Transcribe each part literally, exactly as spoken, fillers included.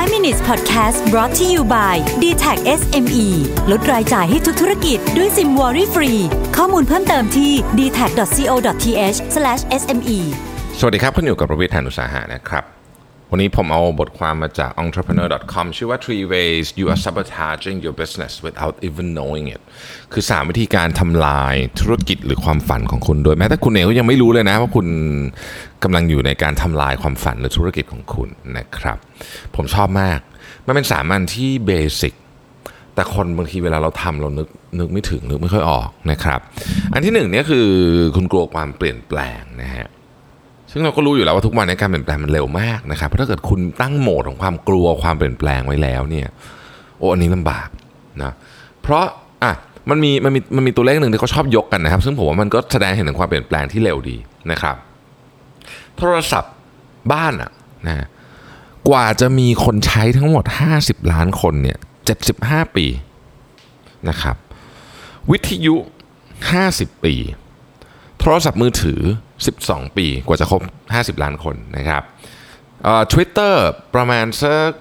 ไฟว์ minutes podcast brought to you by ดี แท็ก เอส เอ็ม อี ลดรายจ่ายให้ทุกธุรกิจด้วยซิมวอรี่ฟรีข้อมูลเพิ่มเติมที่ ดี แท็ก ดอท ซี โอ ดอท ที เอช สแลช เอส เอ็ม อีสวัสดีครับคุณอยู่กับประวิทย์ หาญอุตสาหะนะครับวันนี้ผมเอาบทความมาจาก entrepreneur ดอท คอม ชื่อว่า three ways you are sabotaging your business without even knowing it คือสามวิธีการทำลายธุรกิจหรือความฝันของคุณโดยแม้แต่คุณเองก็ยังไม่รู้เลยนะว่าคุณกำลังอยู่ในการทำลายความฝันหรือธุรกิจของคุณนะครับผมชอบมากมันเป็นสามอันที่เบสิกแต่คนบางทีเวลาเราทำเรานึกนึกไม่ถึงนึกไม่ค่อยออกนะครับอันที่หนึ่งเนี่ยคือคุณกลัวความเปลี่ยนแปลงนะฮะซึ่งเราก็รู้อยู่แล้วว่าทุกวันในการเปลี่ยนแปลงมันเร็วมากนะครับเพราะถ้าเกิดคุณตั้งโหมดของความกลัวความเปลี่ยนแปลงไว้แล้วเนี่ยโอ้อันนี้ลำบากนะเพราะอ่ะมันมีมันมีมันมีตัวเลขหนึ่งที่เขาชอบยกกันนะครับซึ่งผมว่ามันก็แสดงเห็นถึงความเปลี่ยนแปลงที่เร็วดีนะครับโทรศัพท์บ้านอ่ะนะกว่าจะมีคนใช้ทั้งหมดห้าสิบล้านคนเนี่ยเจ็ดสิบห้าปีนะครับวิทยุห้าสิบปีโทรศัพท์มือถือสิบสองปีกว่าจะครบห้าสิบล้านคนนะครับเอ่อ Twitter ประมาณสัก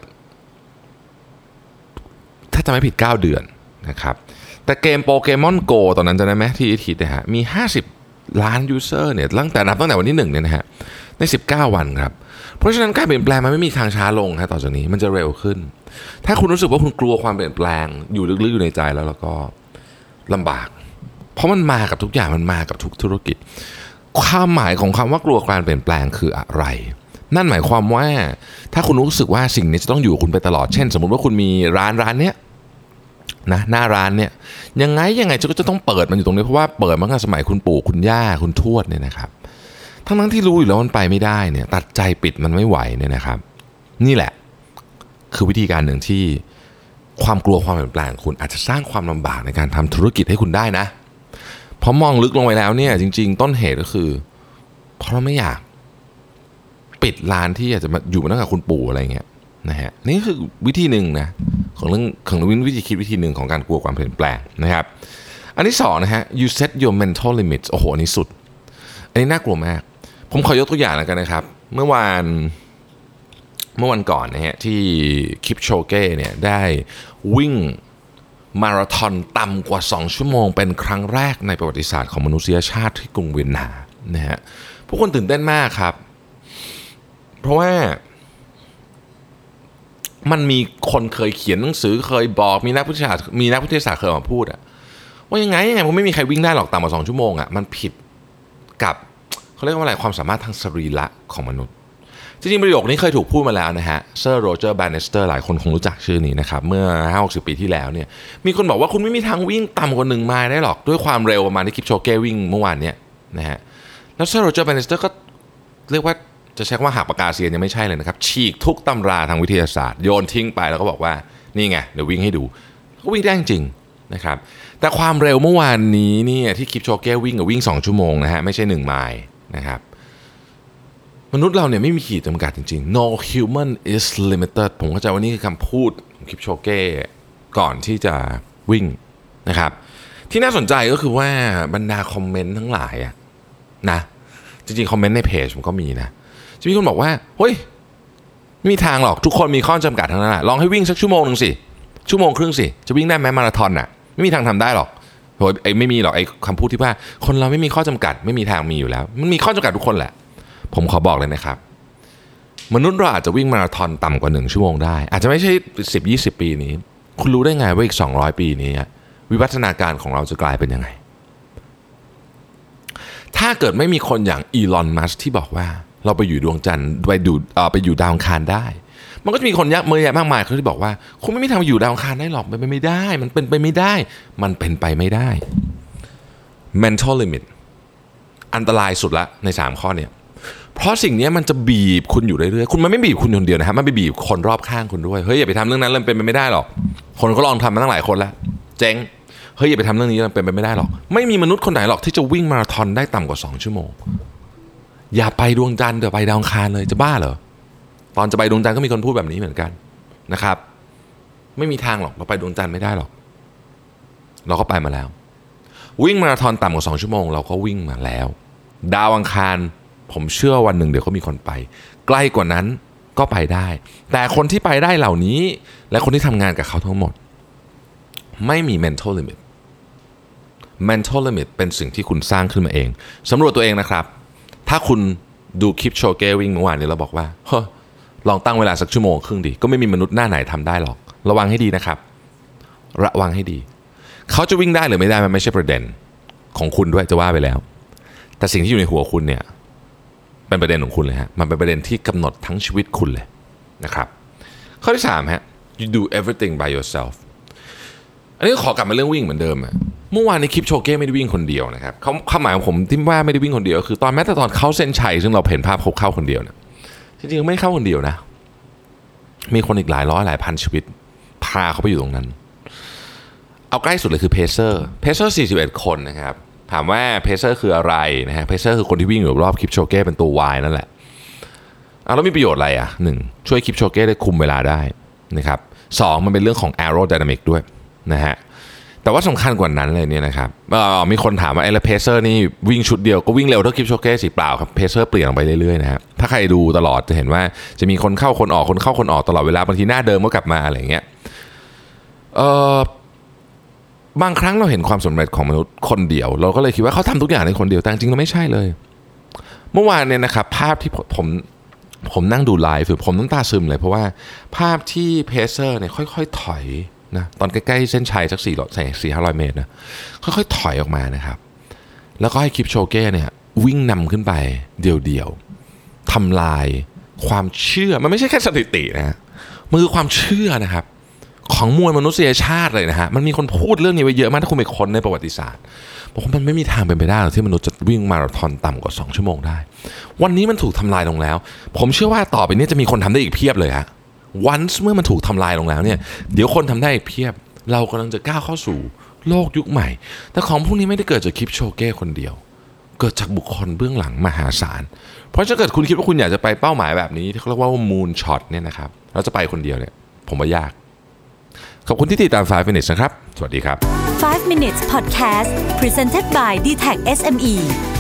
ถ้าจำไม่ผิดเก้าเดือนนะครับแต่เกมโปเกมอนโกตอนนั้นจะได้ไหมที่ทีนะฮะมีห้าสิบล้านยูเซอร์เนี่ยตั้งแต่นับตั้งแต่วันที่หนึ่งเนี่ยนะฮะในสิบเก้าวันครับเพราะฉะนั้นการเปลี่ยนแปลงมันไม่มีทางช้าลงฮะต่อจากนี้มันจะเร็วขึ้นถ้าคุณรู้สึกว่าคุณกลัวความเปลี่ยนแปลงอยู่ลึกๆอยู่ในใจแล้วแล้วก็ลำบากเพราะมันมากับทุกอย่างมันมากับทุกธุรกิจความหมายของคำว่ากลัวการเปลี่ยนแปลงคืออะไรนั่นหมายความว่าถ้าคุณรู้สึกว่าสิ่งนี้จะต้องอยู่คุณไปตลอดเช่นสมมุติว่าคุณมีร้านร้านเนี้ยนะหน้าร้านเนี่ยยังไงยังไงก็จะต้องเปิดมันอยู่ตรงนี้เพราะว่าเปิดมาตั้งแต่สมัยคุณปู่คุณย่าคุณทวดเนี่ยนะครับทั้งทั้งที่รู้อยู่แล้วมันไปไม่ได้เนี่ยตัดใจปิดมันไม่ไหวเนี่ยนะครับนี่แหละคือวิธีการหนึ่งที่ความกลัวความเปลี่ยนแปลงคุณอาจจะสร้างความลำบากในการทำธุรกิจให้คุณได้นะพอมองลึกลงไปแล้วเนี่ยจริงๆต้นเหตุก็คือเพราะเราไม่อยากปิดร้านที่อาจจะมาอยู่มาตั้งแต่คุณปู่อะไรเงี้ยนะฮะนี่คือวิธีหนึ่งนะของเรื่องของวิธีคิดวิธีหนึ่งของการกลัวความเปลี่ยนแปลงนะครับอันที่สองนะฮะ you set your mental limits โอ้โหอันนี้สุดอันนี้น่ากลัวมากผมขอยกตัวอย่างแล้วกันนะครับเมื่อวานเมื่อวันก่อนนะฮะที่คิปโชเก้เนี่ยได้วิ่งมาราธอนต่ำกว่าสองชั่วโมงเป็นครั้งแรกในประวัติศาสตร์ของมนุษยชาติที่กรุงเวียนนานะฮะพวกคนตื่นเต้นมากครับเพราะว่ามันมีคนเคยเขียนหนังสือเคยบอกมีนักวิทยาศาสตร์มีนักวิทยาศาสตร์เคยมาพูดอะว่ายังไงยังไงมันไม่มีใครวิ่งได้หรอกต่ำกว่าสองชั่วโมงอะมันผิดกับเขาเรียกว่าอะไรความสามารถทางสรีระของมนุษย์จริงๆประโยคนี้เคยถูกพูดมาแล้วนะฮะเซอร์โรเจอร์แบนนิสเตอร์หลายคนคงรู้จักชื่อนี้นะครับเมื่อ ห้าหกสิบ ปีที่แล้วเนี่ยมีคนบอกว่าคุณไม่มีทางวิ่งต่ำกว่าหนึ่งไมล์ได้หรอกด้วยความเร็วประมาณที่คิปโชเก้วิ่งเมื่อวานเนี่ยนะฮะแล้วเซอร์โรเจอร์แบนนิสเตอร์ก็เรียกว่าจะใช้ว่าหักปากกาเซียนยังไม่ใช่เลยนะครับฉีกทุกตำราทางวิทยาศาสตร์โยนทิ้งไปแล้วก็บอกว่านี่ไงเดี๋ยววิ่งให้ดูก็วิ่งได้จริงๆนะครับแต่ความเร็วเมื่อวานนี้เนี่ยที่คิปโชเก้วิ่งกับวิ่งสองชั่วโมงนะฮะไม่ใช่หนึ่งไมล์นะครับมนุษย์เราเนี่ยไม่มีขีดจำกัดจริงๆ no human is limited ผมเข้าใจว่านี่คือคำพูดของคิปโชเก้ก่อนที่จะวิ่งนะครับที่น่าสนใจก็คือว่าบรรดาคอมเมนต์ทั้งหลายอะนะจริงๆคอมเมนต์ในเพจผมก็มีนะจะมีคนบอกว่าเฮ้ยไม่มีทางหรอกทุกคนมีข้อจำกัดทั้งนั้นลองให้วิ่งสักชั่วโมงนึงสิชั่วโมงครึ่งสิจะวิ่งได้ไหมมาราธอนอะไม่มีทางทำได้หรอกโหไอ้ไม่มีหรอกไอ้คำพูดที่ว่าคนเราไม่มีข้อจำกัดไม่มีทางมีอยู่แล้วมันมีข้อจำกัดทุกคนแหละผมขอบอกเลยนะครับมนุษย์เราอาจจะวิ่งมาราธอนต่ำกว่าหนึ่งชั่วโมงได้อาจจะไม่ใช่ สิบ ยี่สิบ ปีนี้คุณรู้ได้ไงว่าอีกสองร้อยปีนี้วิวัฒนาการของเราจะกลายเป็นยังไงถ้าเกิดไม่มีคนอย่างอีลอนมัสก์ที่บอกว่าเราไปอยู่ดวงจันทร์ไปดูเอ่อไปอยู่ดาวอังคารได้มันก็จะมีคนเยอะเยอะมากมายเขาที่บอกว่าคุณไม่มีทางไปอยู่ดาวอังคารได้หรอกมันเป็นไม่ได้มันเป็นไปไม่ได้มันเป็นไปไม่ได้ mental limit อันตรายสุดละในสามข้อเนี่ยเพราะสิ่งนี้มันจะบีบคุณอยู่เรื่อยๆคุณมันไม่บีบคุณคนเดียวนะครับมันไปบีบคนรอบข้างคุณด้วยเฮ้ยอย่าไปทำเรื่องนั้นเลยเป็นไปไม่ได้หรอกคนก็ลองทำมาตั้งหลายคนแล้วเจ๊งเฮ้ยอย่าไปทำเรื่องนี้มันเป็นไปไม่ได้หรอกไม่มีมนุษย์คนไหนหรอกที่จะวิ่งมาราธอนได้ต่ำกว่าสองชั่วโมงอย่าไปดวงจันทร์เดี๋ยวไปดาวอังคารเลยจะบ้าเหรอตอนจะไปดวงจันทร์ก็มีคนพูดแบบนี้เหมือนกันนะครับไม่มีทางหรอกเราไปดวงจันทร์ไม่ได้หรอกเราก็ไปมาแล้ววิ่งมาราธอนต่ำกว่าสองชั่วโมงเราก็วิ่งมาแล้วดาวอังคารผมเชื่อวันหนึ่งเดี๋ยวก็มีคนไปใกล้กว่านั้นก็ไปได้แต่คนที่ไปได้เหล่านี้และคนที่ทำงานกับเขาทั้งหมดไม่มี mental limit mental limit เป็นสิ่งที่คุณสร้างขึ้นมาเองสำรวจตัวเองนะครับถ้าคุณดูคลิปโชเก้วิ่งเมื่อวานนี้เราบอกว่าเฮ้ยลองตั้งเวลาสักชั่วโมงครึ่งดิก็ไม่มีมนุษย์หน้าไหนทำได้หรอกระวังให้ดีนะครับระวังให้ดีเขาจะวิ่งได้หรือไม่ได้มันไม่ใช่ประเด็นของคุณด้วยจะว่าไปแล้วแต่สิ่งที่อยู่ในหัวคุณเนี่ยเป็นประเด็นของคุณเลยฮะมันเป็นประเด็นที่กำหนดทั้งชีวิตคุณเลยนะครับข้อที่สามฮะ you do everything by yourself อันนี้ขอกลับมาเรื่องวิ่งเหมือนเดิมอะเมื่อวานในคลิปโชเก้ไม่ได้วิ่งคนเดียวนะครับเขาความหมายของผมที่ว่าไม่ได้วิ่งคนเดียวคือตอนแม้แต่ตอนเข้าเส้นชัยซึ่งเราเห็นภาพเขาเข้าคนเดียวนะจริงๆไม่เข้าคนเดียวนะมีคนอีกหลายร้อยหลายพันชีวิตพาเขาไปอยู่ตรงนั้นเอาใกล้สุดเลยคือเพเซอร์เพเซอร์สี่สิบเอ็ดคนนะครับถามว่าเพเซอร์คืออะไรนะฮะเพเซอร์คือคนที่วิ่งอยู่รอบคลิปโชเก้เป็นตัว Y นั่นแหละเอาแล้วมีประโยชน์อะไรอ่ะหนึ่งช่วยคลิปโชเก้ได้คุมเวลาได้นะครับสองมันเป็นเรื่องของ aerodynamic ด้วยนะฮะแต่ว่าสำคัญกว่านั้นเลยเนี่ยนะครับมีคนถามว่าไอ้เพเซอร์นี่วิ่งชุดเดียวก็วิ่งเร็วเท่าคลิปโชเก้สิเปล่าครับเพเซอร์เปลี่ยนออกไปเรื่อยๆนะครับถ้าใครดูตลอดจะเห็นว่าจะมีคนเข้าคนออกคนเข้าคนออกตลอดเวลาบางทีหน้าเดิมก็กลับมาอะไรอย่างเงี้ยเอ่อบางครั้งเราเห็นความสำเร็จของมนุษย์คนเดียวเราก็เลยคิดว่าเขาทำทุกอย่างในคนเดียวแต่จริงๆเราไม่ใช่เลยเมื่อวานเนี่ยนะครับภาพที่ผมผมนั่งดูไลฟ์ผมน้ำตาซึมเลยเพราะว่าภาพที่เพเซอร์เนี่ยค่อยๆถอยนะตอนใกล้ๆเส้นชัยสักสี่ร้อยใส่สี่ห้าร้อยเมตรนะค่อยๆถอยออกมานะครับแล้วก็ให้คลิปโชเก้เนี่ยวิ่งนำขึ้นไปเดี่ยวๆทำลายความเชื่อมันไม่ใช่แค่สถิตินะมันคือความเชื่อนะครับของมวลมนุษยชาติเลยนะฮะมันมีคนพูดเรื่องนี้ไว้เยอะมากถ้าคุณไปค้นในประวัติศาสตร์บอกว่ามันไม่มีทางเป็นไปได้หรอกที่มนุษย์จะวิ่งมาราธอนต่ำกว่าสองชั่วโมงได้วันนี้มันถูกทำลายลงแล้วผมเชื่อว่าต่อไปนี้จะมีคนทำได้อีกเพียบเลยฮะวันเมื่อมันถูกทำลายลงแล้วเนี่ยเดี๋ยวคนทำได้อีกเพียบเรากำลังจะก้าวเข้าสู่โลกยุคใหม่แต่ของพวกนี้ไม่ได้เกิดจากคลิปโชเก้คนเดียวเกิดจากบุคคลเบื้องหลังมหาศาลเพราะถ้าเกิดคุณคิดว่าคุณอยากจะไปเป้าหมายแบบนี้ที่เขาเรียกว่ามูนช็อตเนี่ยนะครับเราจะไปคนเดียวเนี่ยผมว่ายากขอบคุณที่ติดตามไฟว์ minutes นะครับสวัสดีครับไฟว์ minutes podcast presented by ดี แท็ก เอส เอ็ม อี